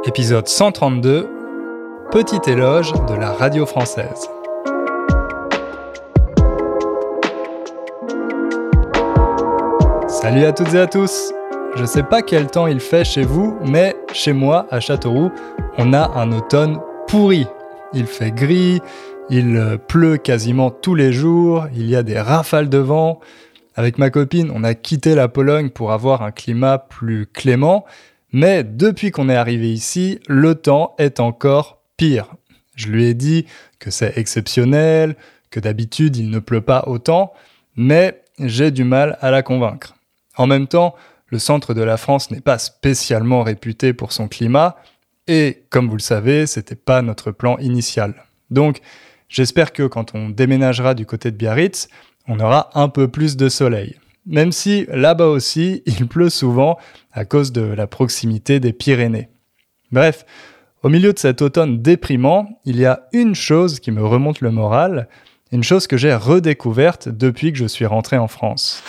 Épisode 132, petit éloge de la radio française. Salut à toutes et à tous. Je sais pas quel temps il fait chez vous, mais chez moi, à Châteauroux, on a un automne pourri. Il fait gris, il pleut quasiment tous les jours, il y a des rafales de vent. Avec ma copine, on a quitté la Pologne pour avoir un climat plus clément, mais depuis qu'on est arrivé ici, le temps est encore pire. Je lui ai dit que c'est exceptionnel, que d'habitude il ne pleut pas autant, mais j'ai du mal à la convaincre. En même temps, le centre de la France n'est pas spécialement réputé pour son climat, et comme vous le savez, c'était pas notre plan initial. Donc, j'espère que quand on déménagera du côté de Biarritz, on aura un peu plus de soleil. Même si, là-bas aussi, il pleut souvent à cause de la proximité des Pyrénées. Bref, au milieu de cet automne déprimant, il y a une chose qui me remonte le moral, une chose que j'ai redécouverte depuis que je suis rentré en France.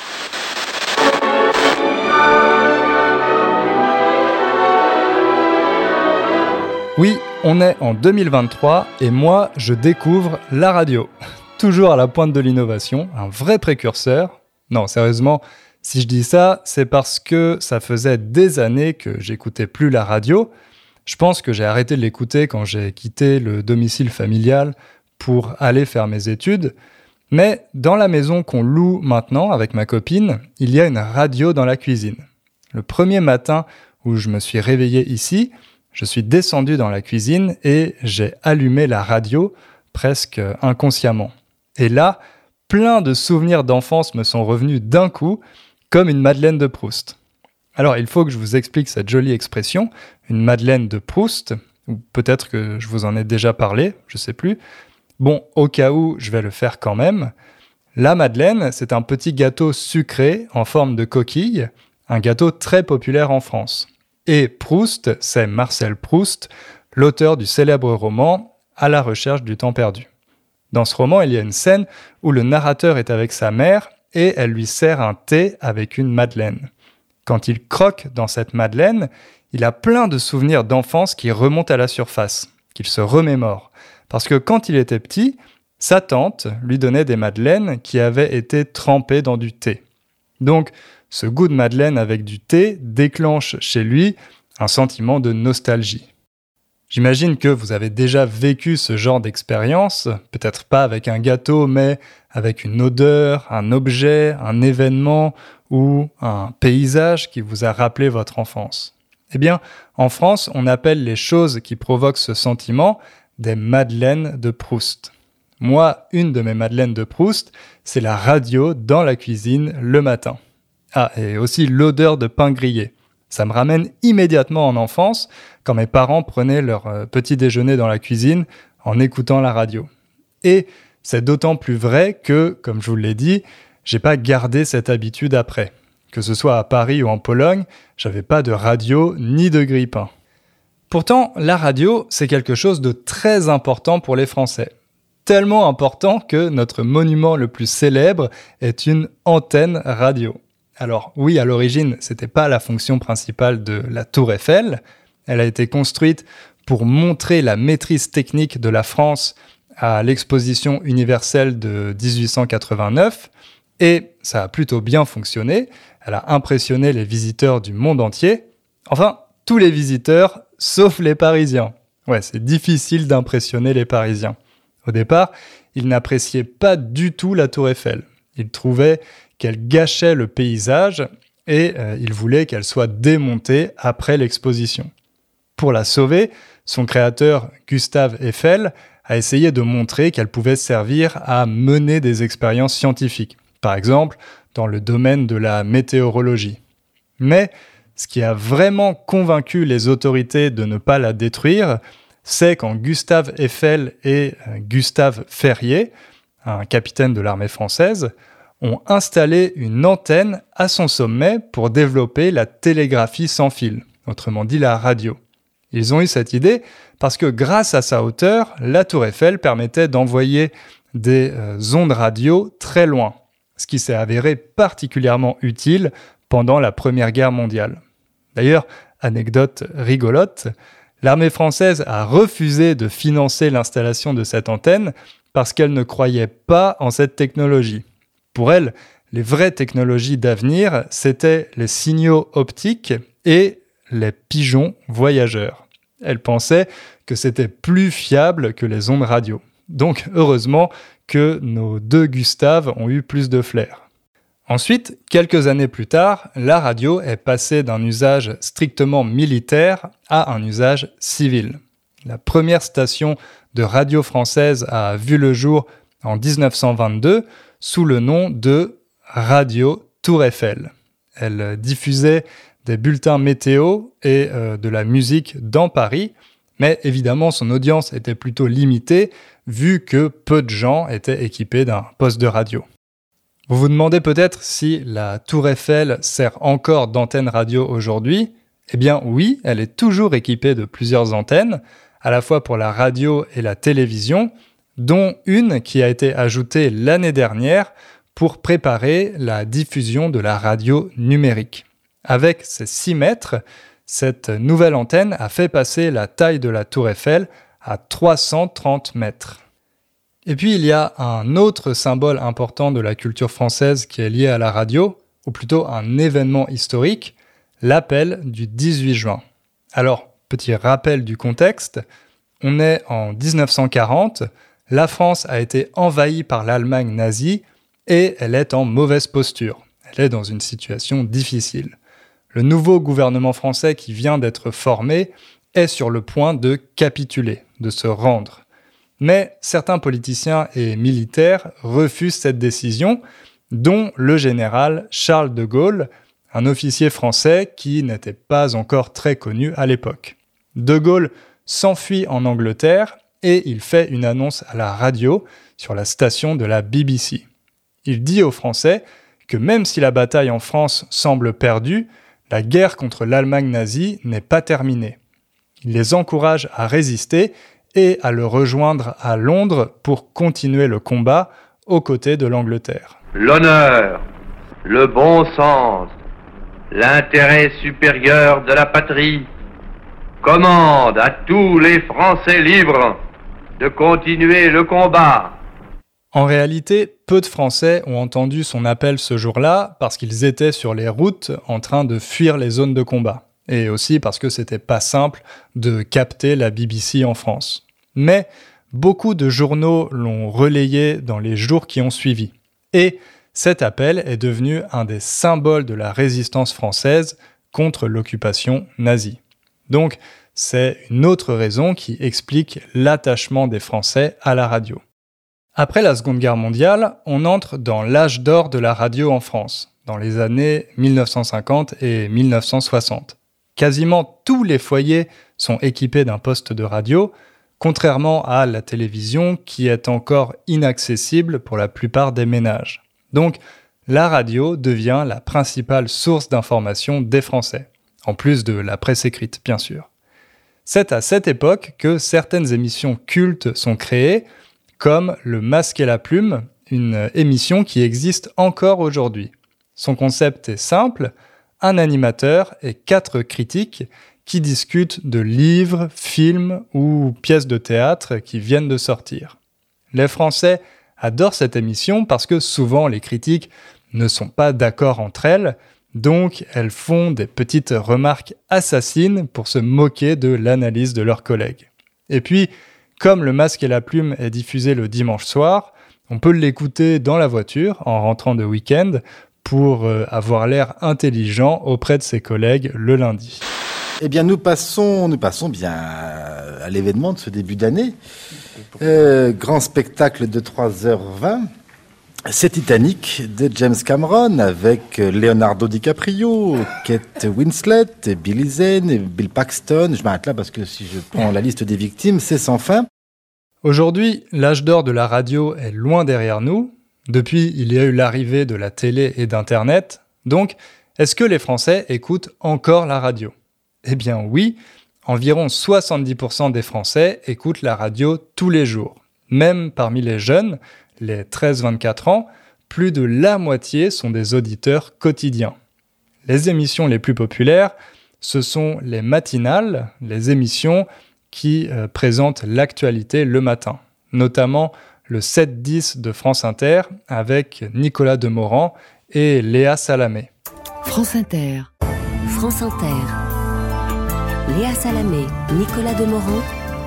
Oui, on est en 2023 et moi, je découvre la radio. Toujours à la pointe de l'innovation, un vrai précurseur. Non, sérieusement, si je dis ça, c'est parce que ça faisait des années que j'écoutais plus la radio. Je pense que j'ai arrêté de l'écouter quand j'ai quitté le domicile familial pour aller faire mes études. Mais dans la maison qu'on loue maintenant avec ma copine, il y a une radio dans la cuisine. Le premier matin où je me suis réveillé ici, je suis descendu dans la cuisine et j'ai allumé la radio presque inconsciemment. Et là, plein de souvenirs d'enfance me sont revenus d'un coup, comme une Madeleine de Proust. Alors, il faut que je vous explique cette jolie expression, une Madeleine de Proust, ou peut-être que je vous en ai déjà parlé, je sais plus. Bon, au cas où, je vais le faire quand même. La Madeleine, c'est un petit gâteau sucré en forme de coquille, un gâteau très populaire en France. Et Proust, c'est Marcel Proust, l'auteur du célèbre roman « À la recherche du temps perdu ». Dans ce roman, il y a une scène où le narrateur est avec sa mère et elle lui sert un thé avec une madeleine. Quand il croque dans cette madeleine, il a plein de souvenirs d'enfance qui remontent à la surface, qu'il se remémore. Parce que quand il était petit, sa tante lui donnait des madeleines qui avaient été trempées dans du thé. Donc, ce goût de madeleine avec du thé déclenche chez lui un sentiment de nostalgie. J'imagine que vous avez déjà vécu ce genre d'expérience, peut-être pas avec un gâteau, mais avec une odeur, un objet, un événement ou un paysage qui vous a rappelé votre enfance. Eh bien, en France, on appelle les choses qui provoquent ce sentiment des madeleines de Proust. Moi, une de mes madeleines de Proust, c'est la radio dans la cuisine le matin. Ah, et aussi l'odeur de pain grillé. Ça me ramène immédiatement en enfance, quand mes parents prenaient leur petit déjeuner dans la cuisine en écoutant la radio. Et c'est d'autant plus vrai que, comme je vous l'ai dit, j'ai pas gardé cette habitude après. Que ce soit à Paris ou en Pologne, j'avais pas de radio ni de grille-pain. Pourtant, la radio, c'est quelque chose de très important pour les Français. Tellement important que notre monument le plus célèbre est une antenne radio. Alors oui, à l'origine, c'était pas la fonction principale de la Tour Eiffel. Elle a été construite pour montrer la maîtrise technique de la France à l'exposition universelle de 1889. Et ça a plutôt bien fonctionné. Elle a impressionné les visiteurs du monde entier. Enfin, tous les visiteurs, sauf les Parisiens. Ouais, c'est difficile d'impressionner les Parisiens. Au départ, ils n'appréciaient pas du tout la Tour Eiffel. Ils trouvaient qu'elle gâchait le paysage et il voulait qu'elle soit démontée après l'exposition. Pour la sauver, son créateur Gustave Eiffel a essayé de montrer qu'elle pouvait servir à mener des expériences scientifiques, par exemple dans le domaine de la météorologie. Mais ce qui a vraiment convaincu les autorités de ne pas la détruire, c'est quand Gustave Eiffel et Gustave Ferrier, un capitaine de l'armée française, ont installé une antenne à son sommet pour développer la télégraphie sans fil, autrement dit la radio. Ils ont eu cette idée parce que grâce à sa hauteur, la Tour Eiffel permettait d'envoyer des ondes radio très loin, ce qui s'est avéré particulièrement utile pendant la Première Guerre mondiale. D'ailleurs, anecdote rigolote, L'armée française a refusé de financer l'installation de cette antenne parce qu'elle ne croyait pas en cette technologie. Pour elle, les vraies technologies d'avenir, c'était les signaux optiques et les pigeons voyageurs. Elle pensait que c'était plus fiable que les ondes radio. Donc heureusement que nos deux Gustave ont eu plus de flair. Ensuite, quelques années plus tard, la radio est passée d'un usage strictement militaire à un usage civil. La première station de radio française a vu le jour en 1922 sous le nom de Radio Tour Eiffel. Elle diffusait des bulletins météo et de la musique dans Paris, mais évidemment son audience était plutôt limitée vu que peu de gens étaient équipés d'un poste de radio. Vous vous demandez peut-être si la Tour Eiffel sert encore d'antenne radio aujourd'hui. Eh bien oui, elle est toujours équipée de plusieurs antennes, à la fois pour la radio et la télévision, dont une qui a été ajoutée l'année dernière pour préparer la diffusion de la radio numérique. Avec ses 6 mètres, cette nouvelle antenne a fait passer la taille de la Tour Eiffel à 330 mètres. Et puis il y a un autre symbole important de la culture française qui est lié à la radio, ou plutôt un événement historique, l'appel du 18 juin. Alors, petit rappel du contexte, on est en 1940, la France a été envahie par l'Allemagne nazie et elle est en mauvaise posture. Elle est dans une situation difficile. Le nouveau gouvernement français qui vient d'être formé est sur le point de capituler, de se rendre. Mais certains politiciens et militaires refusent cette décision, dont le général Charles de Gaulle, un officier français qui n'était pas encore très connu à l'époque. De Gaulle s'enfuit en Angleterre et il fait une annonce à la radio sur la station de la BBC. Il dit aux Français que même si la bataille en France semble perdue, la guerre contre l'Allemagne nazie n'est pas terminée. Il les encourage à résister et à le rejoindre à Londres pour continuer le combat aux côtés de l'Angleterre. L'honneur, le bon sens, l'intérêt supérieur de la patrie commande à tous les Français libres de continuer le combat. En réalité, peu de Français ont entendu son appel ce jour-là parce qu'ils étaient sur les routes en train de fuir les zones de combat. Et aussi parce que c'était pas simple de capter la BBC en France. Mais beaucoup de journaux l'ont relayé dans les jours qui ont suivi. Et cet appel est devenu un des symboles de la résistance française contre l'occupation nazie. Donc, c'est une autre raison qui explique l'attachement des Français à la radio. Après la Seconde Guerre mondiale, on entre dans l'âge d'or de la radio en France, dans les années 1950 et 1960. Quasiment tous les foyers sont équipés d'un poste de radio, contrairement à la télévision qui est encore inaccessible pour la plupart des ménages. Donc, la radio devient la principale source d'information des Français, en plus de la presse écrite, bien sûr. C'est à cette époque que certaines émissions cultes sont créées, comme Le Masque et la Plume, une émission qui existe encore aujourd'hui. Son concept est simple, un animateur et 4 critiques qui discutent de livres, films ou pièces de théâtre qui viennent de sortir. Les Français adorent cette émission parce que souvent les critiques ne sont pas d'accord entre elles, donc elles font des petites remarques assassines pour se moquer de l'analyse de leurs collègues. Et puis, comme Le Masque et la Plume est diffusé le dimanche soir, on peut l'écouter dans la voiture en rentrant de week-end pour avoir l'air intelligent auprès de ses collègues le lundi. Eh bien, nous passons bien à l'événement de ce début d'année. Grand spectacle de 3h20. C'est Titanic de James Cameron avec Leonardo DiCaprio, Kate Winslet, Billy Zane et Bill Paxton. Je m'arrête là parce que si je prends la liste des victimes, c'est sans fin. Aujourd'hui, l'âge d'or de la radio est loin derrière nous. Depuis, il y a eu l'arrivée de la télé et d'Internet. Donc, est-ce que les Français écoutent encore la radio ? Eh bien oui, environ 70% des Français écoutent la radio tous les jours. Même parmi les jeunes, les 13-24 ans, plus de la moitié sont des auditeurs quotidiens. Les émissions les plus populaires ce sont les matinales, les émissions qui présentent l'actualité le matin, notamment le 7-10 de France Inter avec Nicolas Demorand et Léa Salamé. France Inter. France Inter. Léa Salamé, Nicolas Demorand,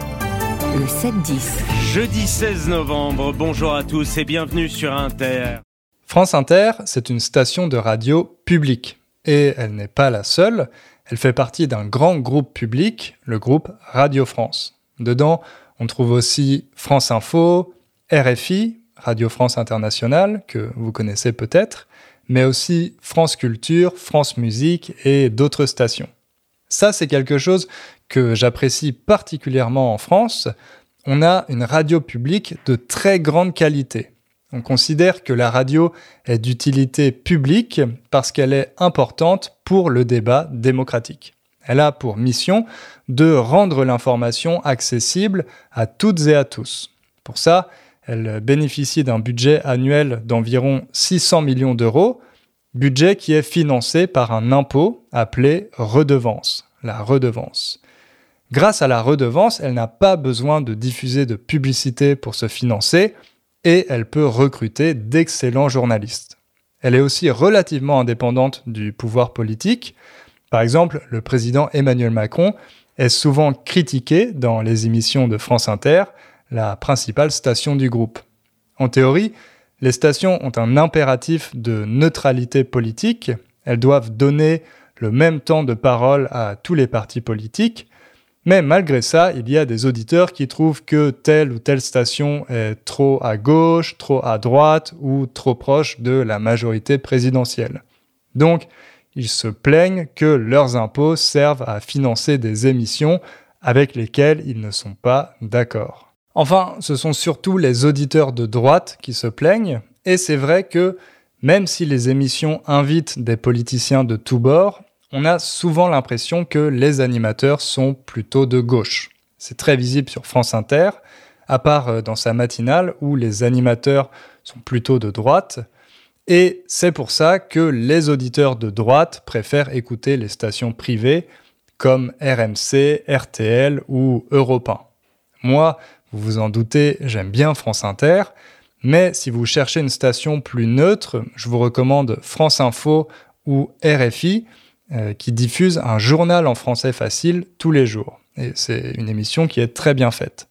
le 7-10. Jeudi 16 novembre, bonjour à tous et bienvenue sur Inter. France Inter, c'est une station de radio publique. Et elle n'est pas la seule, elle fait partie d'un grand groupe public, le groupe Radio France. Dedans, on trouve aussi France Info, RFI, Radio France Internationale, que vous connaissez peut-être, mais aussi France Culture, France Musique et d'autres stations. Ça, c'est quelque chose que j'apprécie particulièrement en France. On a une radio publique de très grande qualité. On considère que la radio est d'utilité publique parce qu'elle est importante pour le débat démocratique. Elle a pour mission de rendre l'information accessible à toutes et à tous. Pour ça, elle bénéficie d'un budget annuel d'environ 600 millions d'euros, budget qui est financé par un impôt appelé redevance, la redevance. Grâce à la redevance, elle n'a pas besoin de diffuser de publicité pour se financer et elle peut recruter d'excellents journalistes. Elle est aussi relativement indépendante du pouvoir politique. Par exemple, le président Emmanuel Macron est souvent critiqué dans les émissions de France Inter, la principale station du groupe. En théorie, les stations ont un impératif de neutralité politique. Elles doivent donner le même temps de parole à tous les partis politiques. Mais malgré ça, il y a des auditeurs qui trouvent que telle ou telle station est trop à gauche, trop à droite ou trop proche de la majorité présidentielle. Donc, ils se plaignent que leurs impôts servent à financer des émissions avec lesquelles ils ne sont pas d'accord. Enfin, ce sont surtout les auditeurs de droite qui se plaignent, et c'est vrai que même si les émissions invitent des politiciens de tous bords, on a souvent l'impression que les animateurs sont plutôt de gauche. C'est très visible sur France Inter, à part dans sa matinale où les animateurs sont plutôt de droite. Et c'est pour ça que les auditeurs de droite préfèrent écouter les stations privées comme RMC, RTL ou Europe 1. Moi, vous vous en doutez, j'aime bien France Inter, mais si vous cherchez une station plus neutre, je vous recommande France Info ou RFI, qui diffuse un journal en français facile tous les jours. Et c'est une émission qui est très bien faite.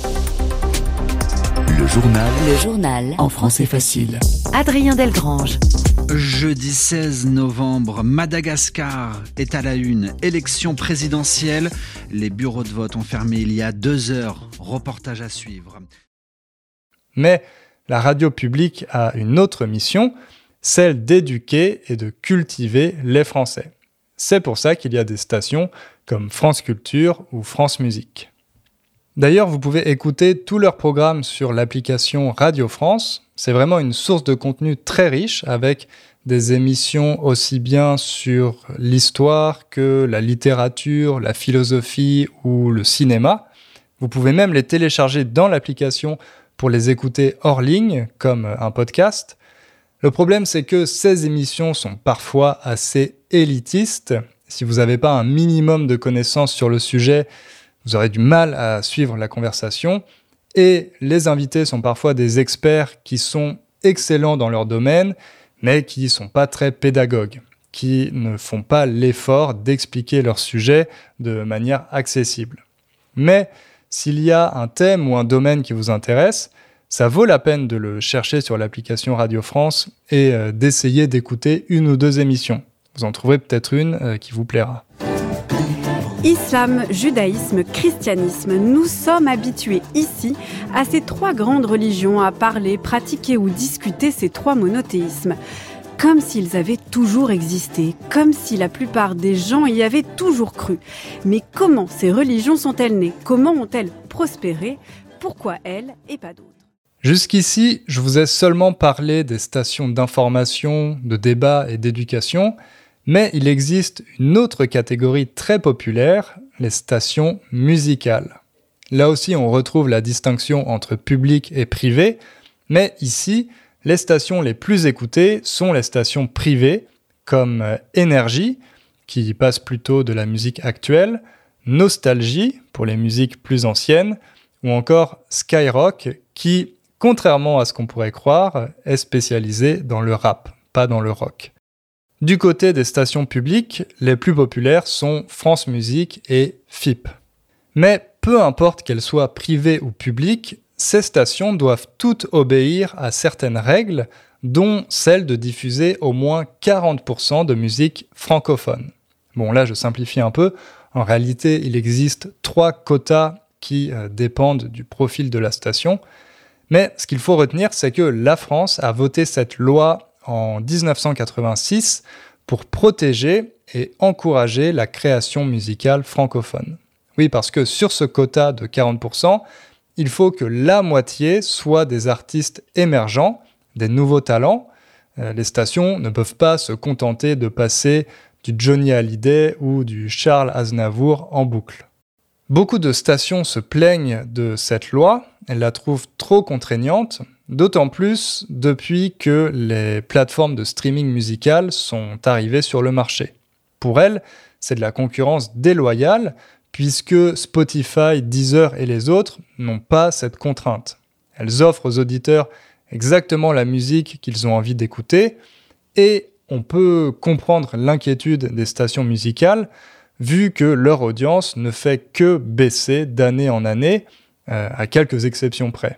Le journal en français facile. Adrien Delgrange. Jeudi 16 novembre, Madagascar est à la une. Élection présidentielle. Les bureaux de vote ont fermé il y a 2 heures. Reportage à suivre. Mais la radio publique a une autre mission, celle d'éduquer et de cultiver les Français. C'est pour ça qu'il y a des stations comme France Culture ou France Musique. D'ailleurs, vous pouvez écouter tous leurs programmes sur l'application Radio France. C'est vraiment une source de contenu très riche avec des émissions aussi bien sur l'histoire que la littérature, la philosophie ou le cinéma. Vous pouvez même les télécharger dans l'application pour les écouter hors ligne, comme un podcast. Le problème, c'est que ces émissions sont parfois assez élitistes. Si vous n'avez pas un minimum de connaissances sur le sujet, vous aurez du mal à suivre la conversation. Et les invités sont parfois des experts qui sont excellents dans leur domaine, mais qui ne sont pas très pédagogues, qui ne font pas l'effort d'expliquer leur sujet de manière accessible. Mais s'il y a un thème ou un domaine qui vous intéresse, ça vaut la peine de le chercher sur l'application Radio France et d'essayer d'écouter 1 ou 2 émissions. Vous en trouverez peut-être une qui vous plaira. Islam, judaïsme, christianisme, nous sommes habitués ici à ces 3 grandes religions, à parler, pratiquer ou discuter ces 3 monothéismes. Comme s'ils avaient toujours existé, comme si la plupart des gens y avaient toujours cru. Mais comment ces religions sont-elles nées ? Comment ont-elles prospéré ? Pourquoi elles et pas d'autres ? Jusqu'ici, je vous ai seulement parlé des stations d'information, de débat et d'éducation, mais il existe une autre catégorie très populaire, les stations musicales. Là aussi, on retrouve la distinction entre public et privé, mais ici, les stations les plus écoutées sont les stations privées, comme Énergie, qui passe plutôt de la musique actuelle, Nostalgie, pour les musiques plus anciennes, ou encore Skyrock, qui, contrairement à ce qu'on pourrait croire, est spécialisé dans le rap, pas dans le rock. Du côté des stations publiques, les plus populaires sont France Musique et FIP. Mais peu importe qu'elles soient privées ou publiques, ces stations doivent toutes obéir à certaines règles, dont celle de diffuser au moins 40% de musique francophone. Bon, là je simplifie un peu, en réalité il existe 3 quotas qui dépendent du profil de la station, mais ce qu'il faut retenir, c'est que la France a voté cette loi en 1986 pour protéger et encourager la création musicale francophone. Oui, parce que sur ce quota de 40%, il faut que la moitié soit des artistes émergents, des nouveaux talents. Les stations ne peuvent pas se contenter de passer du Johnny Hallyday ou du Charles Aznavour en boucle. Beaucoup de stations se plaignent de cette loi, elles la trouvent trop contraignante, d'autant plus depuis que les plateformes de streaming musical sont arrivées sur le marché. Pour elles, c'est de la concurrence déloyale, puisque Spotify, Deezer et les autres n'ont pas cette contrainte. Elles offrent aux auditeurs exactement la musique qu'ils ont envie d'écouter, et on peut comprendre l'inquiétude des stations musicales, vu que leur audience ne fait que baisser d'année en année, à quelques exceptions près.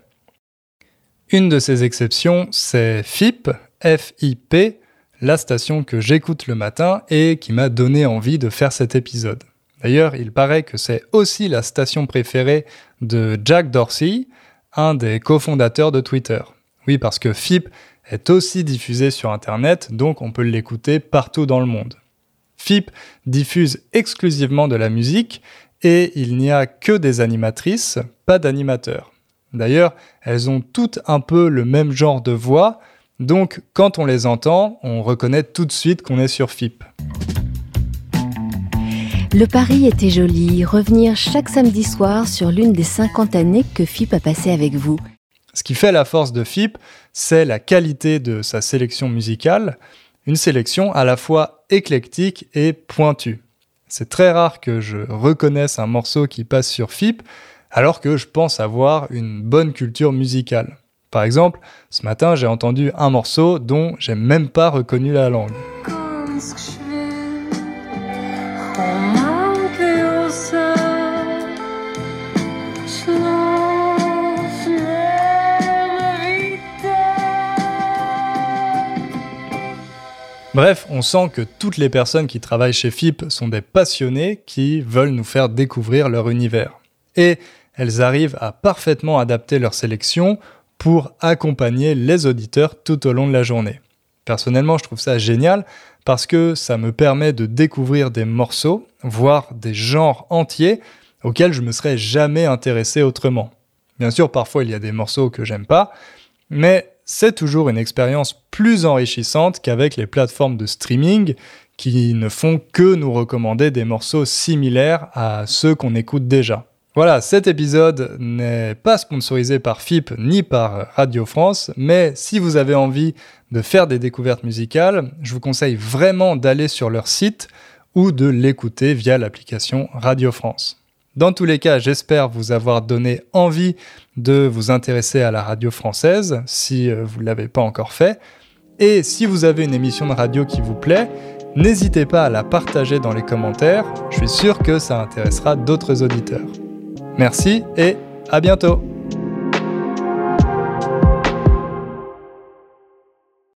Une de ces exceptions, c'est FIP, F-I-P, la station que j'écoute le matin et qui m'a donné envie de faire cet épisode. D'ailleurs, il paraît que c'est aussi la station préférée de Jack Dorsey, un des cofondateurs de Twitter. Oui, parce que FIP est aussi diffusé sur Internet, donc on peut l'écouter partout dans le monde. FIP diffuse exclusivement de la musique et il n'y a que des animatrices, pas d'animateurs. D'ailleurs, elles ont toutes un peu le même genre de voix, donc quand on les entend, on reconnaît tout de suite qu'on est sur FIP. Le pari était joli, revenir chaque samedi soir sur l'une des 50 années que FIP a passé avec vous. Ce qui fait la force de FIP, c'est la qualité de sa sélection musicale, une sélection à la fois éclectique et pointue. C'est très rare que je reconnaisse un morceau qui passe sur FIP, alors que je pense avoir une bonne culture musicale. Par exemple, ce matin, j'ai entendu un morceau dont j'ai même pas reconnu la langue. Bref, on sent que toutes les personnes qui travaillent chez FIP sont des passionnés qui veulent nous faire découvrir leur univers. Et elles arrivent à parfaitement adapter leur sélection pour accompagner les auditeurs tout au long de la journée. Personnellement, je trouve ça génial parce que ça me permet de découvrir des morceaux, voire des genres entiers auxquels je me serais jamais intéressé autrement. Bien sûr, parfois il y a des morceaux que j'aime pas, mais c'est toujours une expérience plus enrichissante qu'avec les plateformes de streaming qui ne font que nous recommander des morceaux similaires à ceux qu'on écoute déjà. Voilà, cet épisode n'est pas sponsorisé par FIP ni par Radio France, mais si vous avez envie de faire des découvertes musicales, je vous conseille vraiment d'aller sur leur site ou de l'écouter via l'application Radio France. Dans tous les cas, j'espère vous avoir donné envie de vous intéresser à la radio française, si vous ne l'avez pas encore fait. Et si vous avez une émission de radio qui vous plaît, n'hésitez pas à la partager dans les commentaires, je suis sûr que ça intéressera d'autres auditeurs. Merci et à bientôt!